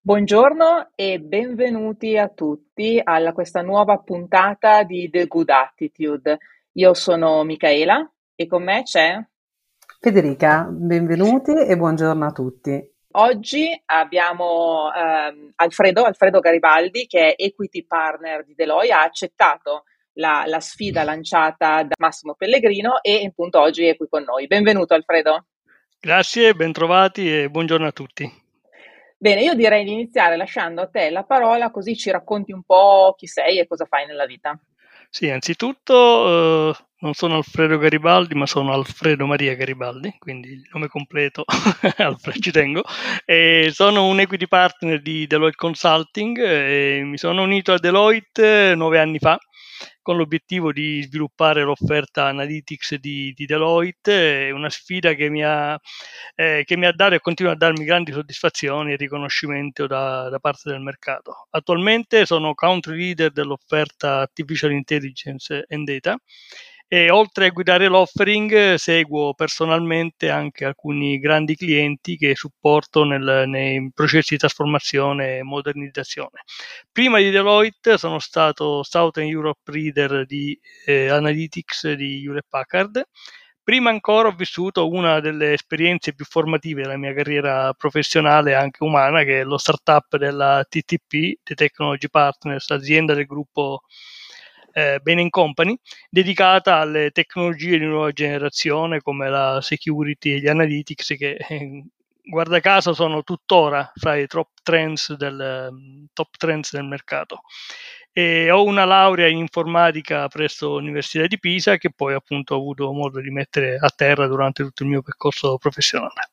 Buongiorno e benvenuti a tutti alla questa nuova puntata di The Good Attitude. Io sono Michaela e con me c'è. Federica, benvenuti e buongiorno a tutti. Oggi abbiamo Alfredo Garibaldi, che è Equity Partner di Deloitte, ha accettato la sfida lanciata da Massimo Pellegrino e appunto oggi è qui con noi. Benvenuto Alfredo. Grazie, bentrovati e buongiorno a tutti. Bene, io direi di iniziare lasciando a te la parola, così ci racconti un po' chi sei e cosa fai nella vita. Sì, anzitutto non sono Alfredo Garibaldi, ma sono Alfredo Maria Garibaldi, quindi il nome completo, ci tengo. E sono un equity partner di Deloitte Consulting e mi sono unito a Deloitte 9 anni fa con l'obiettivo di sviluppare l'offerta Analytics di Deloitte, è una sfida che mi ha dato e continua a darmi grandi soddisfazioni e riconoscimento da parte del mercato. Attualmente sono country leader dell'offerta Artificial Intelligence and Data e oltre a guidare l'offering seguo personalmente anche alcuni grandi clienti che supporto nei processi di trasformazione e modernizzazione. Prima di Deloitte sono stato Southern Europe Leader di Analytics di Hewlett Packard. Prima ancora ho vissuto una delle esperienze più formative della mia carriera professionale e anche umana, che è lo startup della TTP, The Technology Partners, azienda del gruppo Bain Company, dedicata alle tecnologie di nuova generazione come la security e gli analytics, che guarda caso sono tuttora fra i top trends del mercato. E ho una laurea in informatica presso l'Università di Pisa, che poi appunto ho avuto modo di mettere a terra durante tutto il mio percorso professionale.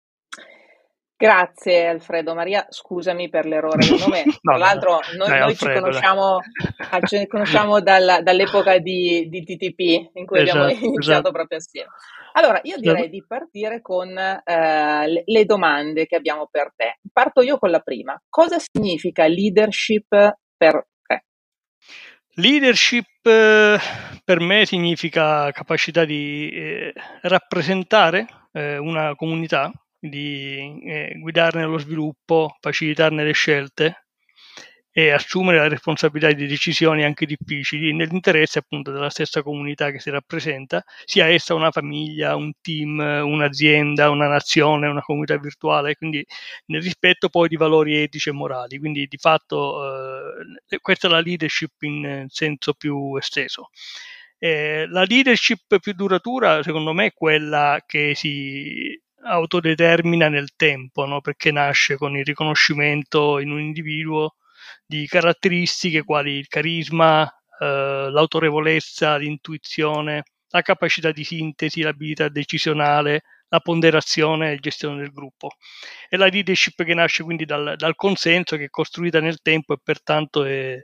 Grazie Alfredo Maria, scusami per l'errore del nome. Tra No, no, l'altro noi, dai, noi ci Alfredo, dai. conosciamo dall'epoca di TTP in cui abbiamo Esatto, iniziato esatto. proprio assieme. Allora, io Certo. direi di partire con le domande che abbiamo per te. Parto io con la prima. Cosa significa leadership per te? Leadership per me significa capacità di rappresentare una comunità, di guidarne lo sviluppo, facilitarne le scelte e assumere la responsabilità di decisioni anche difficili nell'interesse appunto della stessa comunità che si rappresenta, sia essa una famiglia, un team, un'azienda, una nazione, una comunità virtuale, quindi nel rispetto poi di valori etici e morali. Quindi di fatto questa è la leadership in senso più esteso. La leadership più duratura, secondo me, è quella che si autodetermina nel tempo, no? Perché nasce con il riconoscimento in un individuo di caratteristiche quali il carisma, l'autorevolezza, l'intuizione, la capacità di sintesi, l'abilità decisionale, la ponderazione e gestione del gruppo. È la leadership che nasce quindi dal consenso, che è costruita nel tempo e pertanto è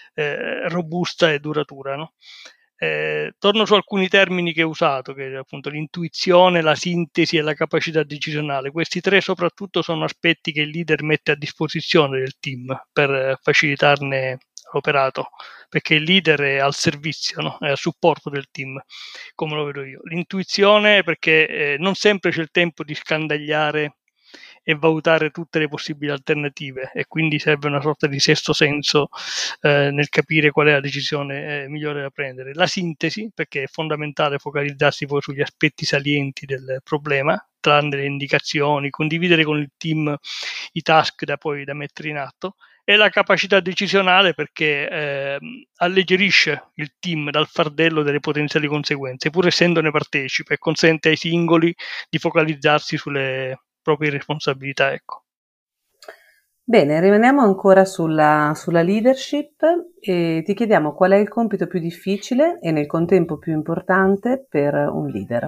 robusta e duratura. No? Torno su alcuni termini che ho usato, che è appunto l'intuizione, la sintesi e la capacità decisionale. Questi tre soprattutto sono aspetti che il leader mette a disposizione del team per facilitarne l'operato, perché il leader è al servizio, no? È a supporto del team, come lo vedo io. L'intuizione, perché non sempre c'è il tempo di scandagliare e valutare tutte le possibili alternative, e quindi serve una sorta di sesto senso nel capire qual è la decisione migliore da prendere. La sintesi, perché è fondamentale focalizzarsi poi sugli aspetti salienti del problema, trarne le indicazioni, condividere con il team i task da mettere in atto, e la capacità decisionale, perché alleggerisce il team dal fardello delle potenziali conseguenze, pur essendone partecipe, e consente ai singoli di focalizzarsi sulle proprie responsabilità. Ecco. Bene, rimaniamo ancora sulla leadership e ti chiediamo qual è il compito più difficile e nel contempo più importante per un leader.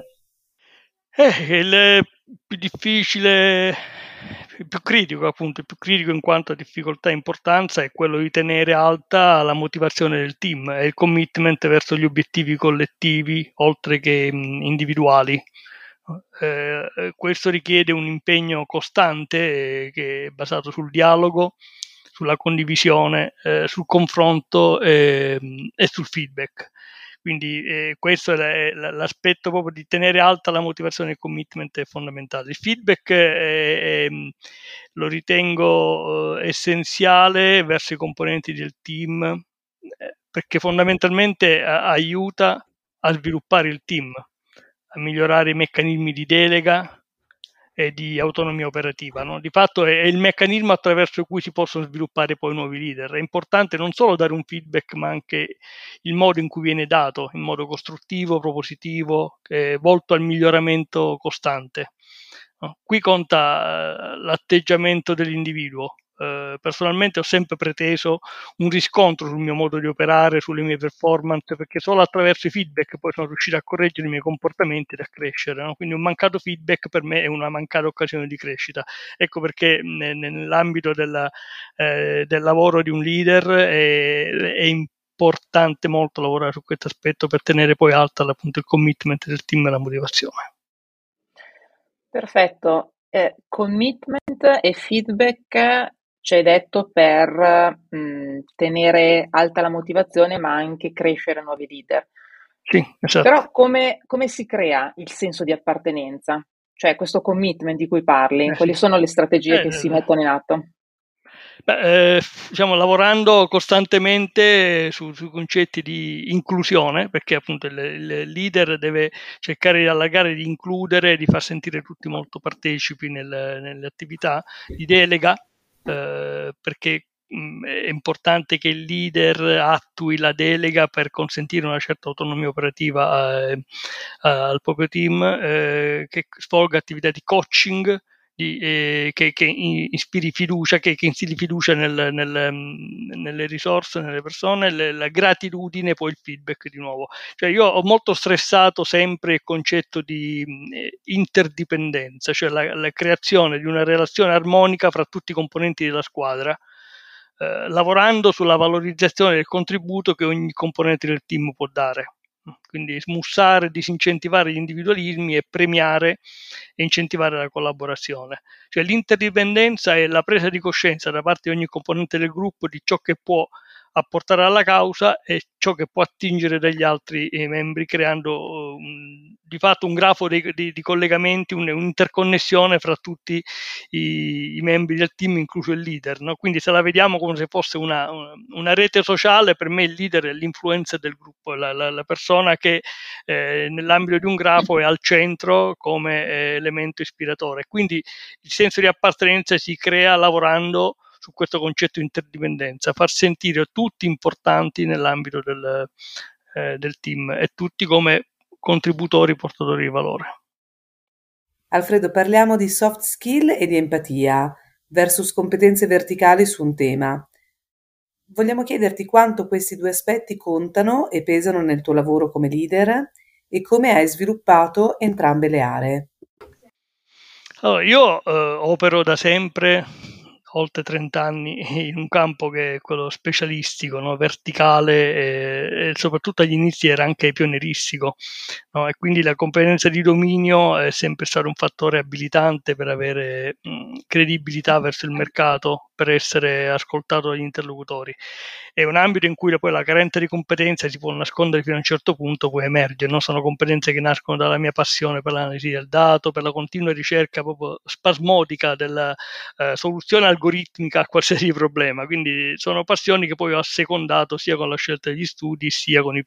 Il più difficile, il più critico appunto, il più critico in quanto a difficoltà e importanza è quello di tenere alta la motivazione del team e il commitment verso gli obiettivi collettivi oltre che individuali. Questo richiede un impegno costante che è basato sul dialogo, sulla condivisione, sul confronto e sul feedback. Quindi questo è l'aspetto proprio di tenere alta la motivazione e il commitment è fondamentale. Il feedback lo ritengo essenziale verso i componenti del team, perché fondamentalmente aiuta a sviluppare il team, a migliorare i meccanismi di delega e di autonomia operativa, no? Di fatto è il meccanismo attraverso cui si possono sviluppare poi nuovi leader. È importante non solo dare un feedback, ma anche il modo in cui viene dato, in modo costruttivo, propositivo, volto al miglioramento costante. No? Qui conta l'atteggiamento dell'individuo. Personalmente ho sempre preteso un riscontro sul mio modo di operare, sulle mie performance, perché solo attraverso i feedback poi sono riuscito a correggere i miei comportamenti ed a crescere, no? Quindi un mancato feedback per me è una mancata occasione di crescita. Ecco perché nell'ambito del lavoro di un leader è importante molto lavorare su questo aspetto per tenere poi alta appunto il commitment del team e la motivazione. Perfetto. Commitment e feedback ci hai detto per tenere alta la motivazione, ma anche crescere nuovi leader. Sì, esatto. Però come si crea il senso di appartenenza? Cioè questo commitment di cui parli, quali Sì. sono le strategie che si mettono in atto? Diciamo, lavorando costantemente sui concetti di inclusione, perché appunto il leader deve cercare di allargare, di includere, di far sentire tutti molto partecipi nelle attività di delega, perché è importante che il leader attui la delega per consentire una certa autonomia operativa al proprio team, che svolga attività di coaching, che ispiri fiducia, che instilli fiducia nelle risorse, nelle persone, la gratitudine, poi il feedback di nuovo. Cioè io ho molto stressato sempre il concetto di interdipendenza, cioè la creazione di una relazione armonica fra tutti i componenti della squadra, lavorando sulla valorizzazione del contributo che ogni componente del team può dare. Quindi smussare, disincentivare gli individualismi e premiare e incentivare la collaborazione. Cioè l'interdipendenza è la presa di coscienza da parte di ogni componente del gruppo di ciò che può apportare alla causa e ciò che può attingere dagli altri membri, creando di fatto un grafo di collegamenti, un'interconnessione fra tutti i membri del team, incluso il leader, no? Quindi se la vediamo come se fosse una rete sociale, per me il leader è l'influencer del gruppo, la persona che nell'ambito di un grafo è al centro come elemento ispiratore. Quindi il senso di appartenenza si crea lavorando su questo concetto di interdipendenza, far sentire tutti importanti nell'ambito del team e tutti come contributori portatori di valore. Alfredo, parliamo di soft skill e di empatia versus competenze verticali su un tema. Vogliamo chiederti quanto questi due aspetti contano e pesano nel tuo lavoro come leader e come hai sviluppato entrambe le aree. Allora, io opero da sempre, oltre 30 anni, in un campo che è quello specialistico, no? Verticale e soprattutto agli inizi era anche pionieristico, no? E quindi la competenza di dominio è sempre stato un fattore abilitante per avere credibilità verso il mercato, per essere ascoltato dagli interlocutori. È un ambito in cui poi la carenza di competenze si può nascondere fino a un certo punto, poi emerge, no? Sono competenze che nascono dalla mia passione per l'analisi del dato, per la continua ricerca proprio spasmodica della soluzione algoritmica a qualsiasi problema, quindi sono passioni che poi ho assecondato sia con la scelta degli studi sia con il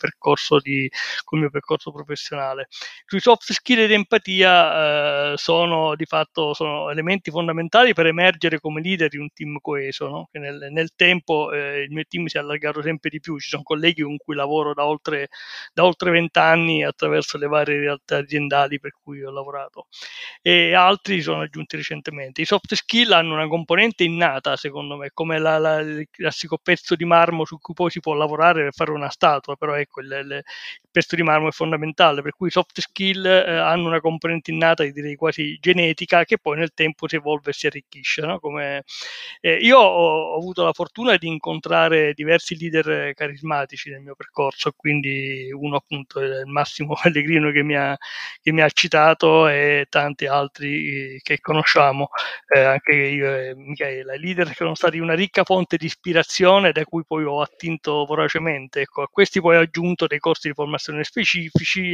mio percorso professionale. Sui soft skill ed empatia sono di fatto elementi fondamentali per emergere come leader di un team coeso, no? Che nel tempo il mio team si è allargato sempre di più, ci sono colleghi con cui lavoro da oltre 20 anni attraverso le varie realtà aziendali per cui ho lavorato, e altri sono aggiunti recentemente. I soft skill hanno una componente innata, secondo me, come il classico pezzo di marmo su cui poi si può lavorare per fare una statua, però ecco il pezzo di marmo è fondamentale, per cui i soft skill hanno una componente innata, direi quasi genetica, che poi nel tempo si evolve e si arricchisce, no? Io ho avuto la fortuna di incontrare diversi leader carismatici nel mio percorso, quindi uno appunto è il Massimo Pellegrino che mi ha citato, e tanti altri che conosciamo, anche io e Michele. me, i leader che sono stati una ricca fonte di ispirazione da cui poi ho attinto voracemente. Ecco, a questi poi ho aggiunto dei corsi di formazione specifici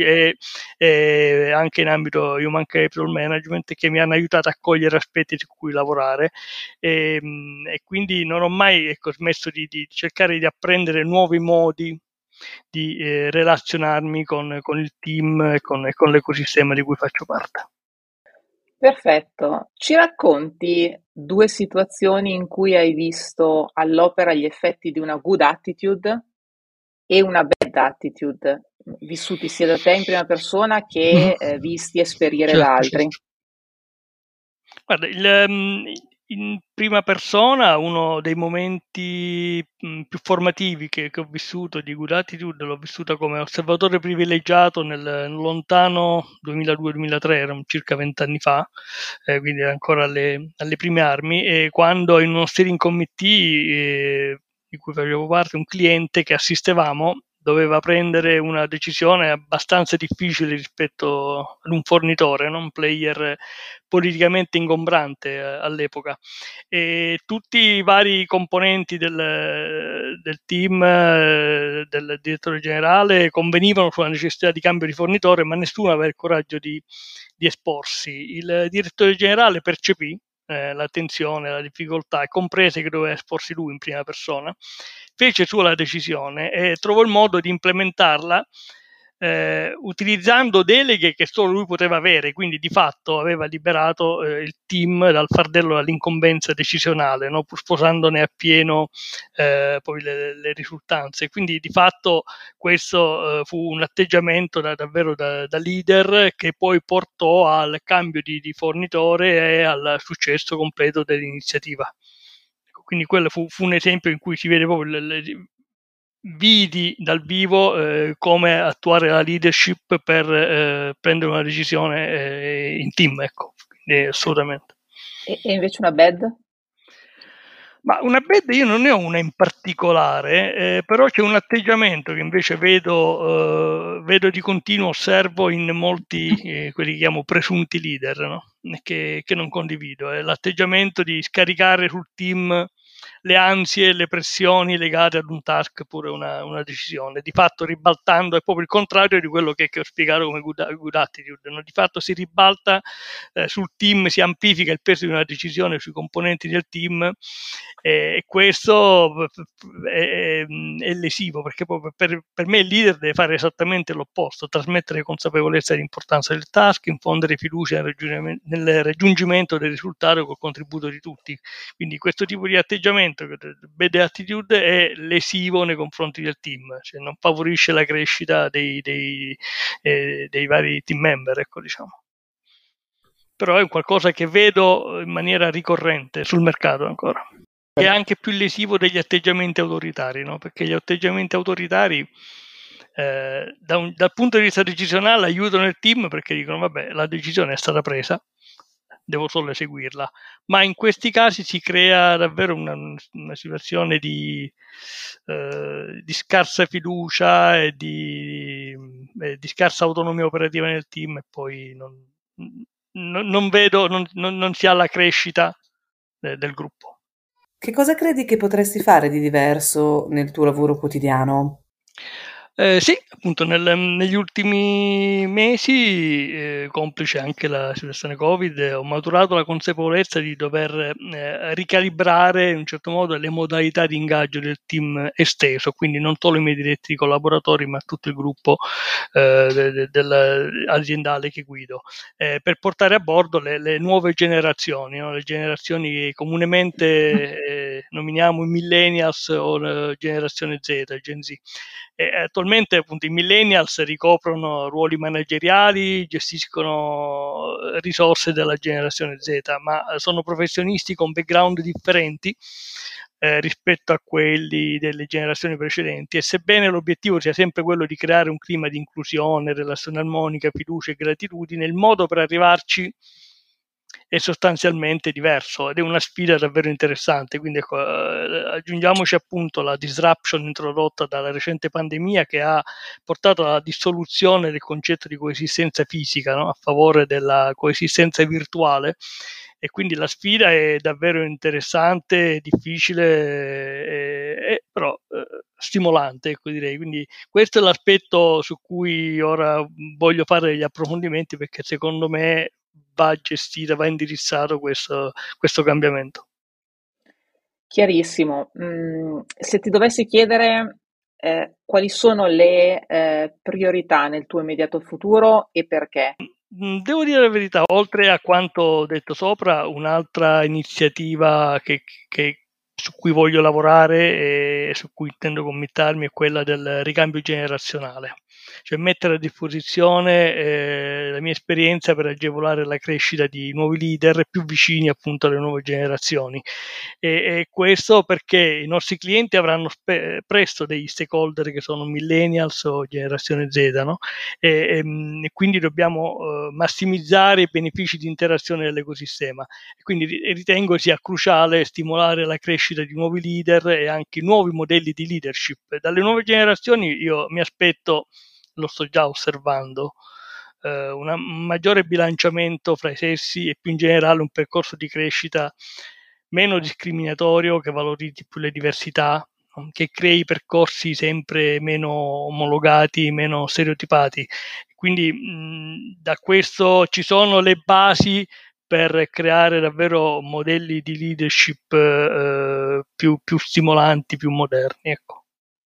e anche in ambito Human Capital Management che mi hanno aiutato a cogliere aspetti su cui lavorare e quindi non ho mai smesso di cercare di apprendere nuovi modi di relazionarmi con il team e con l'ecosistema di cui faccio parte. Perfetto. Ci racconti 2 situazioni in cui hai visto all'opera gli effetti di una good attitude e una bad attitude, vissuti sia da te in prima persona che visti esperire da Certo, altri? certo. Guarda, in prima persona uno dei momenti più formativi che ho vissuto di Good Attitude l'ho vissuta come osservatore privilegiato nel lontano 2002-2003, erano circa 20 anni fa, quindi era ancora alle prime armi, e quando in uno steering committee di cui facevo parte, un cliente che assistevamo doveva prendere una decisione abbastanza difficile rispetto ad un fornitore, no? Un player politicamente ingombrante all'epoca. E tutti i vari componenti del team, del direttore generale, convenivano sulla necessità di cambio di fornitore, ma nessuno aveva il coraggio di esporsi. Il direttore generale percepì la tensione, la difficoltà, e comprese che doveva esporsi lui in prima persona, fece sua la decisione e trovò il modo di implementarla utilizzando deleghe che solo lui poteva avere, quindi di fatto aveva liberato il team dal fardello dell'incombenza decisionale, no? Pur sposandone appieno poi le risultanze. Quindi di fatto questo fu un atteggiamento davvero da leader che poi portò al cambio di fornitore e al successo completo dell'iniziativa. Quindi quello fu un esempio in cui si vede proprio vidi dal vivo come attuare la leadership per prendere una decisione in team, ecco, quindi assolutamente. E invece una bad? Ma una bad io non ne ho una in particolare, però c'è un atteggiamento che invece vedo di continuo, osservo in molti quelli che chiamo presunti leader, no? che non condivido, è l'atteggiamento di scaricare sul team le ansie, le pressioni legate ad un task oppure una decisione, di fatto ribaltando, è proprio il contrario di quello che ho spiegato come good attitude, no? Di fatto si ribalta sul team, si amplifica il peso di una decisione sui componenti del team e questo è lesivo, perché per me il leader deve fare esattamente l'opposto, trasmettere consapevolezza dell'importanza del task, infondere fiducia nel raggiungimento del risultato col contributo di tutti. Quindi questo tipo di atteggiamento, bad attitude, è lesivo nei confronti del team, cioè non favorisce la crescita dei vari team member, ecco, diciamo. Però è un qualcosa che vedo in maniera ricorrente sul mercato ancora, che è anche più lesivo degli atteggiamenti autoritari, no? Perché gli atteggiamenti autoritari dal punto di vista decisionale aiutano il team perché dicono vabbè, la decisione è stata presa, devo solo eseguirla, ma in questi casi si crea davvero una situazione di scarsa fiducia e di scarsa autonomia operativa nel team, e poi non vedo, non si ha la crescita del gruppo. Che cosa credi che potresti fare di diverso nel tuo lavoro quotidiano? Sì, appunto negli ultimi mesi, complice anche la situazione Covid, ho maturato la consapevolezza di dover ricalibrare in un certo modo le modalità di ingaggio del team esteso, quindi non solo i miei diretti collaboratori, ma tutto il gruppo aziendale che guido, per portare a bordo le nuove generazioni, no? Le generazioni che comunemente nominiamo i millennials o la generazione Z, Gen Z. Attualmente appunto i millennials ricoprono ruoli manageriali, gestiscono risorse della generazione Z, ma sono professionisti con background differenti rispetto a quelli delle generazioni precedenti, e sebbene l'obiettivo sia sempre quello di creare un clima di inclusione, relazione armonica, fiducia e gratitudine, il modo per arrivarci è sostanzialmente diverso ed è una sfida davvero interessante. Quindi ecco, aggiungiamoci appunto la disruption introdotta dalla recente pandemia, che ha portato alla dissoluzione del concetto di coesistenza fisica, no? A favore della coesistenza virtuale, e quindi la sfida è davvero interessante, difficile, però stimolante, ecco, direi. Quindi questo è l'aspetto su cui ora voglio fare degli approfondimenti, perché secondo me va gestito, va indirizzato questo cambiamento. Chiarissimo. Se ti dovessi chiedere quali sono le priorità nel tuo immediato futuro e perché? Devo dire la verità, oltre a quanto detto sopra, un'altra iniziativa su cui voglio lavorare e su cui intendo committarmi è quella del ricambio generazionale, cioè mettere a disposizione la mia esperienza per agevolare la crescita di nuovi leader più vicini appunto alle nuove generazioni. E questo perché i nostri clienti avranno presto degli stakeholder che sono millennials o generazione Z, no? E quindi dobbiamo massimizzare i benefici di interazione dell'ecosistema. E quindi ritengo sia cruciale stimolare la crescita di nuovi leader e anche nuovi modelli di leadership. Dalle nuove generazioni io mi aspetto, lo sto già osservando, un maggiore bilanciamento fra i sessi e più in generale un percorso di crescita meno discriminatorio, che valorizzi più le diversità, che crei percorsi sempre meno omologati, meno stereotipati. Quindi da questo ci sono le basi per creare davvero modelli di leadership più stimolanti, più moderni. Ecco.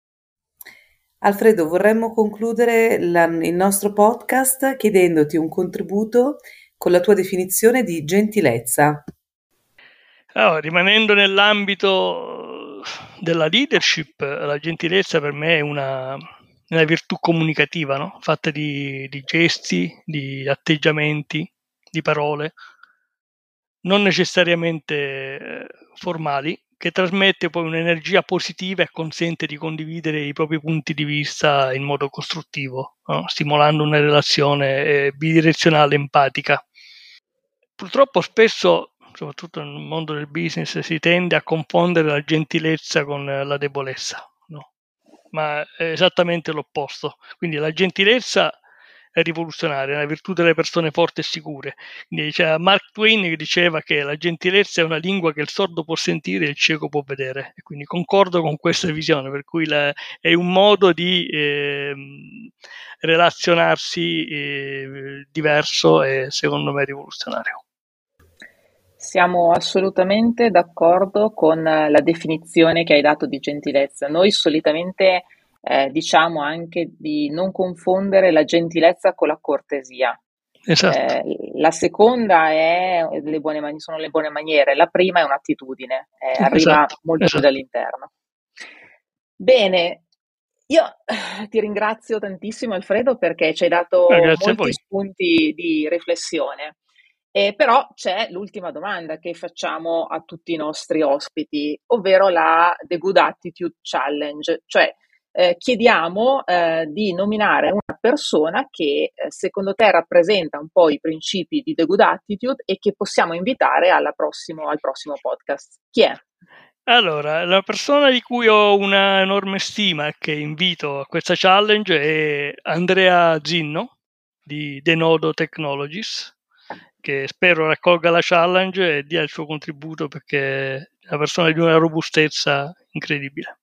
Alfredo, vorremmo concludere il nostro podcast chiedendoti un contributo con la tua definizione di gentilezza. Allora, rimanendo nell'ambito della leadership, la gentilezza per me è una virtù comunicativa, no? Fatta di gesti, di atteggiamenti, di parole, non necessariamente formali, che trasmette poi un'energia positiva e consente di condividere i propri punti di vista in modo costruttivo, no? Stimolando una relazione bidirezionale empatica. Purtroppo spesso, soprattutto nel mondo del business, si tende a confondere la gentilezza con la debolezza, no? Ma è esattamente l'opposto. Quindi la gentilezza è rivoluzionaria, è una virtù delle persone forti e sicure. Quindi c'era Mark Twain che diceva che la gentilezza è una lingua che il sordo può sentire e il cieco può vedere. E quindi concordo con questa visione, per cui è un modo di relazionarsi diverso e secondo me rivoluzionario. Siamo assolutamente d'accordo con la definizione che hai dato di gentilezza. Noi solitamente diciamo anche di non confondere la gentilezza con la cortesia. Esatto. La seconda sono le buone maniere, la prima è un'attitudine, arriva molto più dall'interno. Bene, io ti ringrazio tantissimo Alfredo perché ci hai dato molti spunti di riflessione. Però c'è l'ultima domanda che facciamo a tutti i nostri ospiti, ovvero la The Good Attitude Challenge, cioè chiediamo di nominare una persona che secondo te rappresenta un po' i principi di The Good Attitude e che possiamo invitare al prossimo podcast. Chi è? Allora, la persona di cui ho una enorme stima e che invito a questa challenge è Andrea Zinno di Denodo Technologies, che spero raccolga la challenge e dia il suo contributo, perché è una persona di una robustezza incredibile.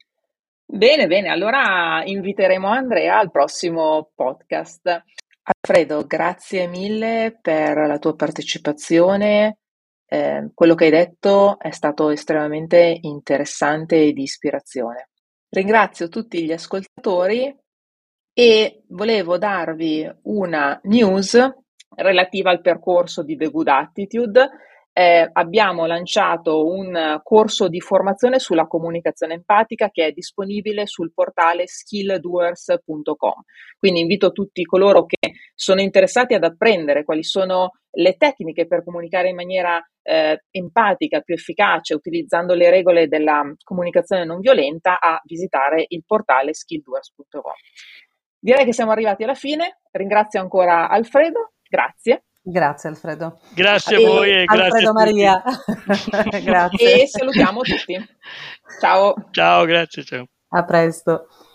Bene, allora inviteremo Andrea al prossimo podcast. Alfredo, grazie mille per la tua partecipazione. Quello che hai detto è stato estremamente interessante e di ispirazione. Ringrazio tutti gli ascoltatori e volevo darvi una news relativa al percorso di The Good Attitude. Abbiamo lanciato un corso di formazione sulla comunicazione empatica che è disponibile sul portale skilldoers.com. Quindi invito tutti coloro che sono interessati ad apprendere quali sono le tecniche per comunicare in maniera empatica, più efficace, utilizzando le regole della comunicazione non violenta, a visitare il portale skilldoers.com. Direi che siamo arrivati alla fine. Ringrazio ancora Alfredo, grazie. Grazie Alfredo. Grazie a voi e grazie Alfredo Maria. Grazie. E salutiamo tutti. Ciao. Ciao, grazie. Ciao. A presto.